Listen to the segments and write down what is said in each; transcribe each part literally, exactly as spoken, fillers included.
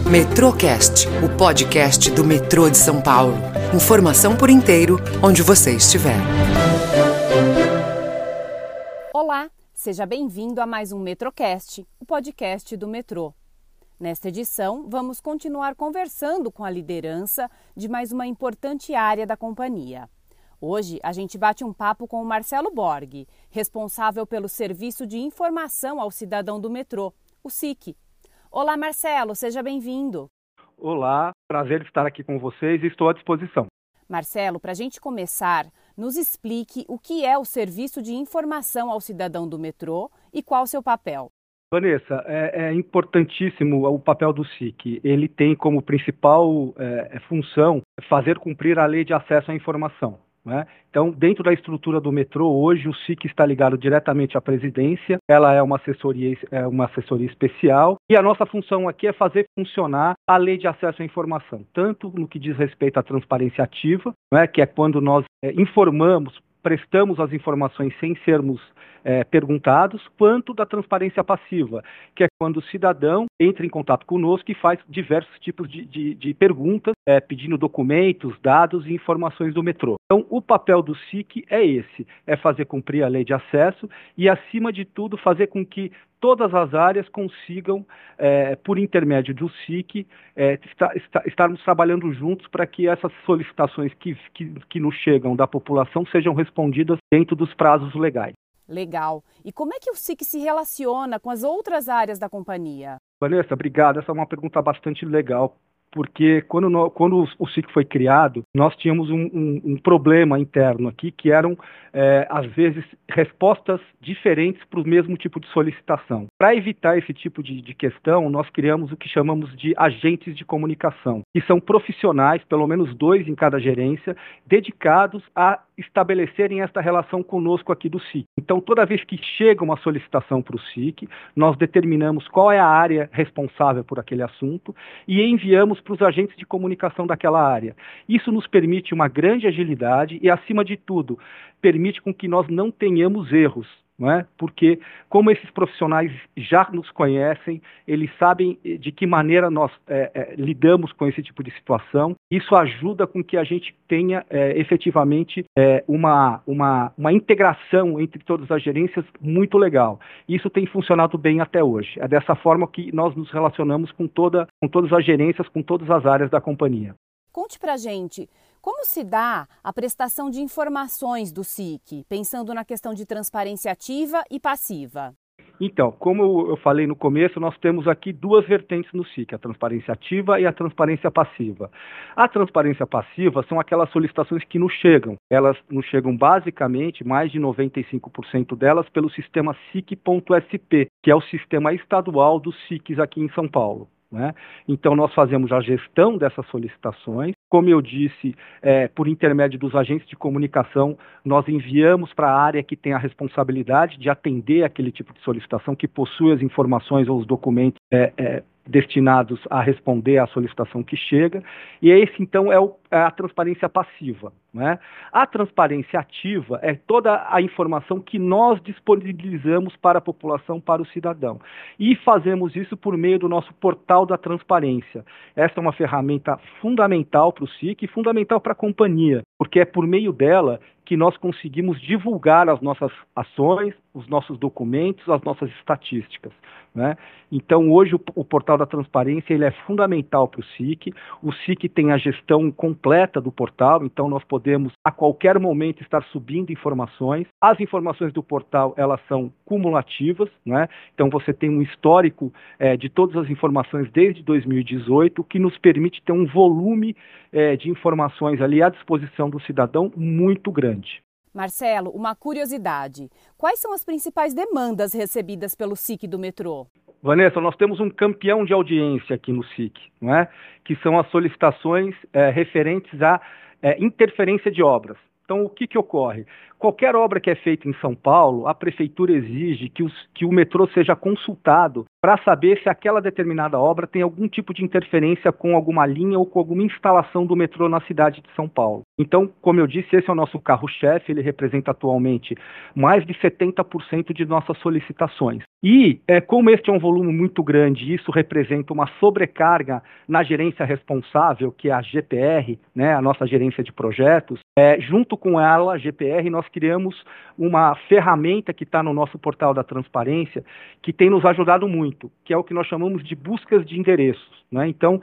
Metrocast, o podcast do metrô de São Paulo. Informação por inteiro, onde você estiver. Olá, seja bem-vindo a mais um Metrocast, o podcast do metrô. Nesta edição, vamos continuar conversando com a liderança de mais uma importante área da companhia. Hoje, a gente bate um papo com o Marcelo Borg, responsável pelo Serviço de Informação ao Cidadão do Metrô, o S I C. Olá, Marcelo, seja bem-vindo. Olá, prazer estar aqui com vocês e estou à disposição. Marcelo, para a gente começar, nos explique o que é o Serviço de Informação ao Cidadão do Metrô e qual o seu papel. Vanessa, é, é importantíssimo o papel do S I C. Ele tem como principal é, função fazer cumprir a Lei de Acesso à Informação. Né? Então, dentro da estrutura do metrô, hoje o S I C está ligado diretamente à presidência, ela é uma assessoria, é uma assessoria especial, e a nossa função aqui é fazer funcionar a Lei de Acesso à Informação, tanto no que diz respeito à transparência ativa, né, que é quando nós é, informamos, prestamos as informações sem sermos é, perguntados, quanto da transparência passiva, que é quando o cidadão entra em contato conosco e faz diversos tipos de, de, de perguntas, é, pedindo documentos, dados e informações do metrô. Então, o papel do S I C é esse, é fazer cumprir a lei de acesso e, acima de tudo, fazer com que todas as áreas consigam, é, por intermédio do S I C, é, está, está, estarmos trabalhando juntos para que essas solicitações que, que, que nos chegam da população sejam respondidas dentro dos prazos legais. Legal. E como é que o S I C se relaciona com as outras áreas da companhia? Vanessa, obrigado. Essa é uma pergunta bastante legal. Porque quando, nós, quando o S I C foi criado, nós tínhamos um, um, um problema interno aqui, que eram, é, às vezes, respostas diferentes para o mesmo tipo de solicitação. Para evitar esse tipo de, de questão, nós criamos o que chamamos de agentes de comunicação, que são profissionais, pelo menos dois em cada gerência, dedicados a estabelecerem esta relação conosco aqui do S I C. Então, toda vez que chega uma solicitação para o S I C, nós determinamos qual é a área responsável por aquele assunto e enviamos para os agentes de comunicação daquela área. Isso nos permite uma grande agilidade e, acima de tudo, permite com que nós não tenhamos erros, não é? Porque, como esses profissionais já nos conhecem, eles sabem de que maneira nós é, é, lidamos com esse tipo de situação. Isso ajuda com que a gente tenha é, efetivamente é, uma, uma, uma integração entre todas as gerências muito legal. Isso tem funcionado bem até hoje. É dessa forma que nós nos relacionamos com, toda, com todas as gerências, com todas as áreas da companhia. Conte pra gente, como se dá a prestação de informações do S I C, pensando na questão de transparência ativa e passiva? Então, como eu falei no começo, nós temos aqui duas vertentes no S I C, a transparência ativa e a transparência passiva. A transparência passiva são aquelas solicitações que nos chegam. Elas nos chegam basicamente, mais de noventa e cinco por cento delas, pelo sistema S I C ponto S P, que é o sistema estadual dos S I Cs aqui em São Paulo. Né? Então, nós fazemos a gestão dessas solicitações. Como eu disse, é, por intermédio dos agentes de comunicação, nós enviamos para a área que tem a responsabilidade de atender aquele tipo de solicitação, que possui as informações ou os documentos é, é, destinados a responder à solicitação que chega. E esse, então, é, o, é a transparência passiva. Né? A transparência ativa é toda a informação que nós disponibilizamos para a população, para o cidadão. E fazemos isso por meio do nosso portal da transparência. Essa é uma ferramenta fundamental para o S I C e fundamental para a companhia, porque é por meio dela que nós conseguimos divulgar as nossas ações, os nossos documentos, as nossas estatísticas. Né? Então, hoje, o, o portal da transparência ele é fundamental para o S I C. O S I C tem a gestão completa do portal, então nós podemos, a qualquer momento, estar subindo informações. As informações do portal, elas são cumulativas, né? Então você tem um histórico é, de todas as informações desde dois mil e dezoito, que nos permite ter um volume é, de informações ali à disposição do cidadão muito grande. Marcelo, uma curiosidade. Quais são as principais demandas recebidas pelo S I C do metrô? Vanessa, nós temos um campeão de audiência aqui no S I C, não é? Que são as solicitações é, referentes à é, interferência de obras. Então, o que, que ocorre? Qualquer obra que é feita em São Paulo, a prefeitura exige que, os, que o metrô seja consultado para saber se aquela determinada obra tem algum tipo de interferência com alguma linha ou com alguma instalação do metrô na cidade de São Paulo. Então, como eu disse, esse é o nosso carro-chefe, ele representa atualmente mais de setenta por cento de nossas solicitações. E, é, como este é um volume muito grande, isso representa uma sobrecarga na gerência responsável, que é a G P R, né, a nossa gerência de projetos, é, junto com ela, a G P R, nós criamos uma ferramenta que está no nosso portal da transparência, que tem nos ajudado muito, que é o que nós chamamos de buscas de endereços, né? Então,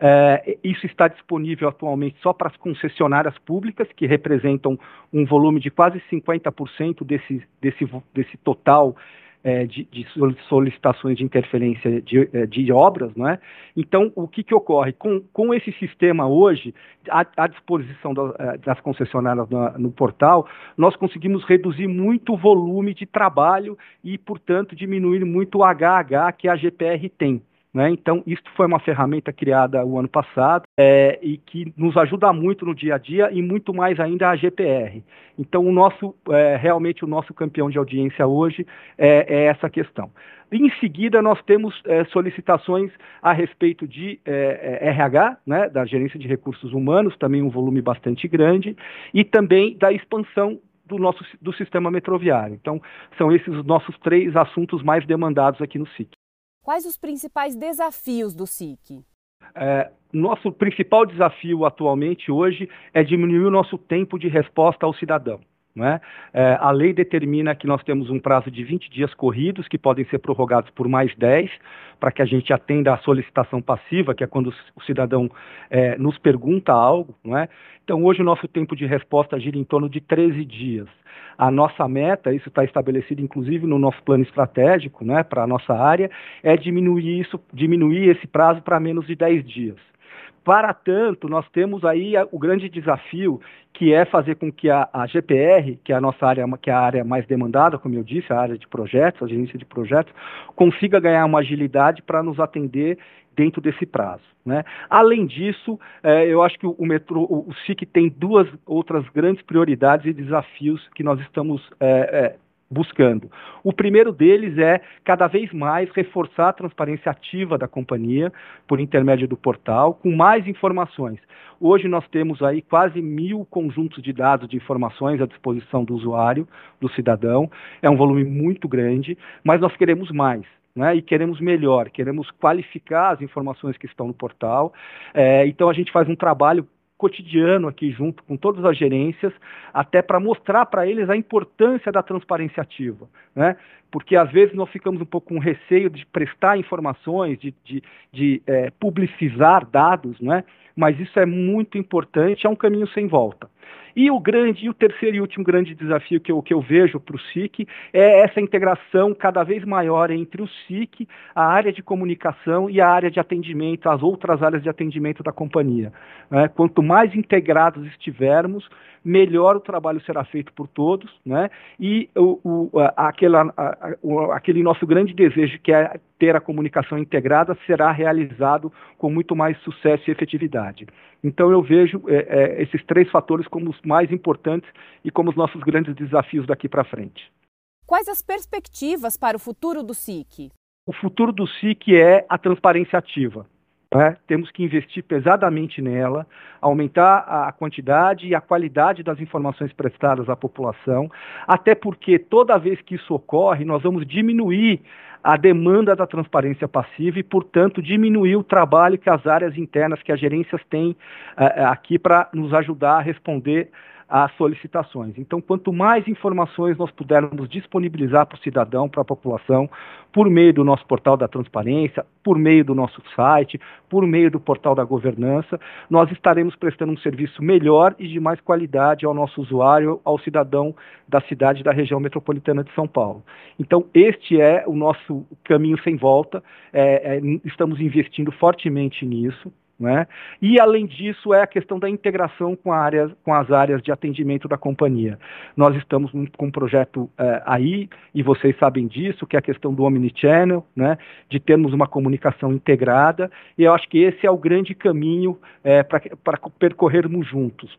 é, isso está disponível atualmente só para as concessionárias públicas, que representam um volume de quase cinquenta por cento desse, desse, desse total é, de, de solicitações de interferência de, de obras, né? Então, o que, que ocorre? Com, com esse sistema hoje, à, à disposição da, das concessionárias no, no portal, nós conseguimos reduzir muito o volume de trabalho e, portanto, diminuir muito o H H que a G P R tem. Né? Então, isso foi uma ferramenta criada o ano passado é, e que nos ajuda muito no dia a dia e muito mais ainda a G P R. Então, o nosso, é, realmente o nosso campeão de audiência hoje é, é essa questão. Em seguida, nós temos é, solicitações a respeito de é, R H, né, da Gerência de Recursos Humanos, também um volume bastante grande, e também da expansão do nosso do sistema metroviário. Então, são esses os nossos três assuntos mais demandados aqui no S I C. Quais os principais desafios do S I C? É, nosso principal desafio atualmente hoje é diminuir o nosso tempo de resposta ao cidadão. Né? É, a lei determina que nós temos um prazo de vinte dias corridos, que podem ser prorrogados por mais dez, para que a gente atenda à solicitação passiva, que é quando o cidadão é, nos pergunta algo. Não é? Então, hoje o nosso tempo de resposta gira em torno de treze dias. A nossa meta, isso está estabelecido inclusive no nosso plano estratégico, né, para a nossa área, é diminuir isso, diminuir esse prazo para menos de dez dias. Para tanto, nós temos aí a, o grande desafio, que é fazer com que a, a G P R, que é a nossa área, que é a área mais demandada, como eu disse, a área de projetos, a gerência de projetos, consiga ganhar uma agilidade para nos atender dentro desse prazo. Né? Além disso, eh, eu acho que o, o, metrô, o, o S I C tem duas outras grandes prioridades e desafios que nós estamos eh, eh, buscando. O primeiro deles é, cada vez mais, reforçar a transparência ativa da companhia por intermédio do portal, com mais informações. Hoje nós temos aí quase mil conjuntos de dados de informações à disposição do usuário, do cidadão. É um volume muito grande, mas nós queremos mais. Né, e queremos melhor, queremos qualificar as informações que estão no portal. É, então a gente faz um trabalho cotidiano aqui junto com todas as gerências, até para mostrar para eles a importância da transparência ativa, né? Porque às vezes nós ficamos um pouco com receio de prestar informações, de, de, de é, publicizar dados, né? Mas isso é muito importante, é um caminho sem volta. E o grande, e o terceiro e último grande desafio que eu, que eu vejo para o S I C é essa integração cada vez maior entre o S I C, a área de comunicação e a área de atendimento, as outras áreas de atendimento da companhia. Né? Quanto mais integrados estivermos, melhor o trabalho será feito por todos, né? E o, o, aquela, a, o, aquele nosso grande desejo, que é ter a comunicação integrada, será realizado com muito mais sucesso e efetividade. Então eu vejo é, é, esses três fatores como os mais importantes e como os nossos grandes desafios daqui para frente. Quais as perspectivas para o futuro do S I C? O futuro do S I C é a transparência ativa. É, temos que investir pesadamente nela, aumentar a quantidade e a qualidade das informações prestadas à população, até porque toda vez que isso ocorre, nós vamos diminuir a demanda da transparência passiva e, portanto, diminuir o trabalho que as áreas internas, que as gerências têm uh, aqui para nos ajudar a responder às solicitações. Então, quanto mais informações nós pudermos disponibilizar para o cidadão, para a população, por meio do nosso portal da transparência, por meio do nosso site, por meio do portal da governança, nós estaremos prestando um serviço melhor e de mais qualidade ao nosso usuário, ao cidadão da cidade e da região metropolitana de São Paulo. Então, este é o nosso caminho sem volta, é, é, estamos investindo fortemente nisso. Né? E, além disso, é a questão da integração com, a área, com as áreas de atendimento da companhia. Nós estamos com um projeto é, aí, e vocês sabem disso, que é a questão do Omnichannel, né? De termos uma comunicação integrada, e eu acho que esse é o grande caminho é, para percorrermos juntos, né?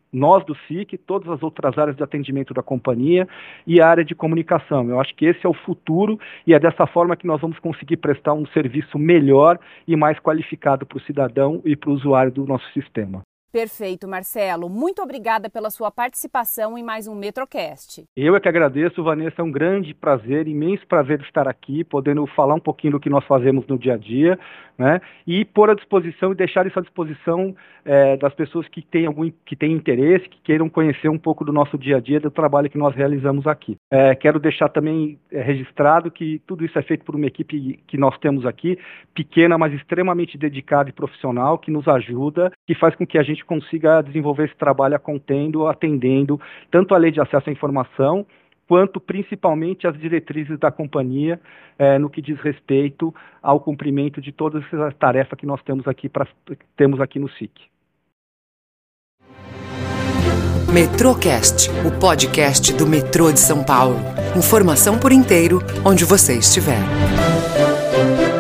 nós do S I C, todas as outras áreas de atendimento da companhia e a área de comunicação. Eu acho que esse é o futuro e é dessa forma que nós vamos conseguir prestar um serviço melhor e mais qualificado para o cidadão e para o usuário do nosso sistema. Perfeito, Marcelo. Muito obrigada pela sua participação em mais um Metrocast. Eu é que agradeço, Vanessa. É um grande prazer, imenso prazer estar aqui, podendo falar um pouquinho do que nós fazemos no dia a dia, né? E pôr à disposição e deixar isso à disposição é, das pessoas que têm algum que têm interesse, que queiram conhecer um pouco do nosso dia a dia, do trabalho que nós realizamos aqui. É, quero deixar também é, registrado que tudo isso é feito por uma equipe que nós temos aqui, pequena, mas extremamente dedicada e profissional, que nos ajuda, que faz com que a gente consiga desenvolver esse trabalho acontendo, atendendo tanto a lei de acesso à informação, quanto principalmente as diretrizes da companhia eh, no que diz respeito ao cumprimento de todas essas tarefas que nós temos aqui, pra, temos aqui no S I C. Metrocast, o podcast do metrô de São Paulo. Informação por inteiro, onde você estiver.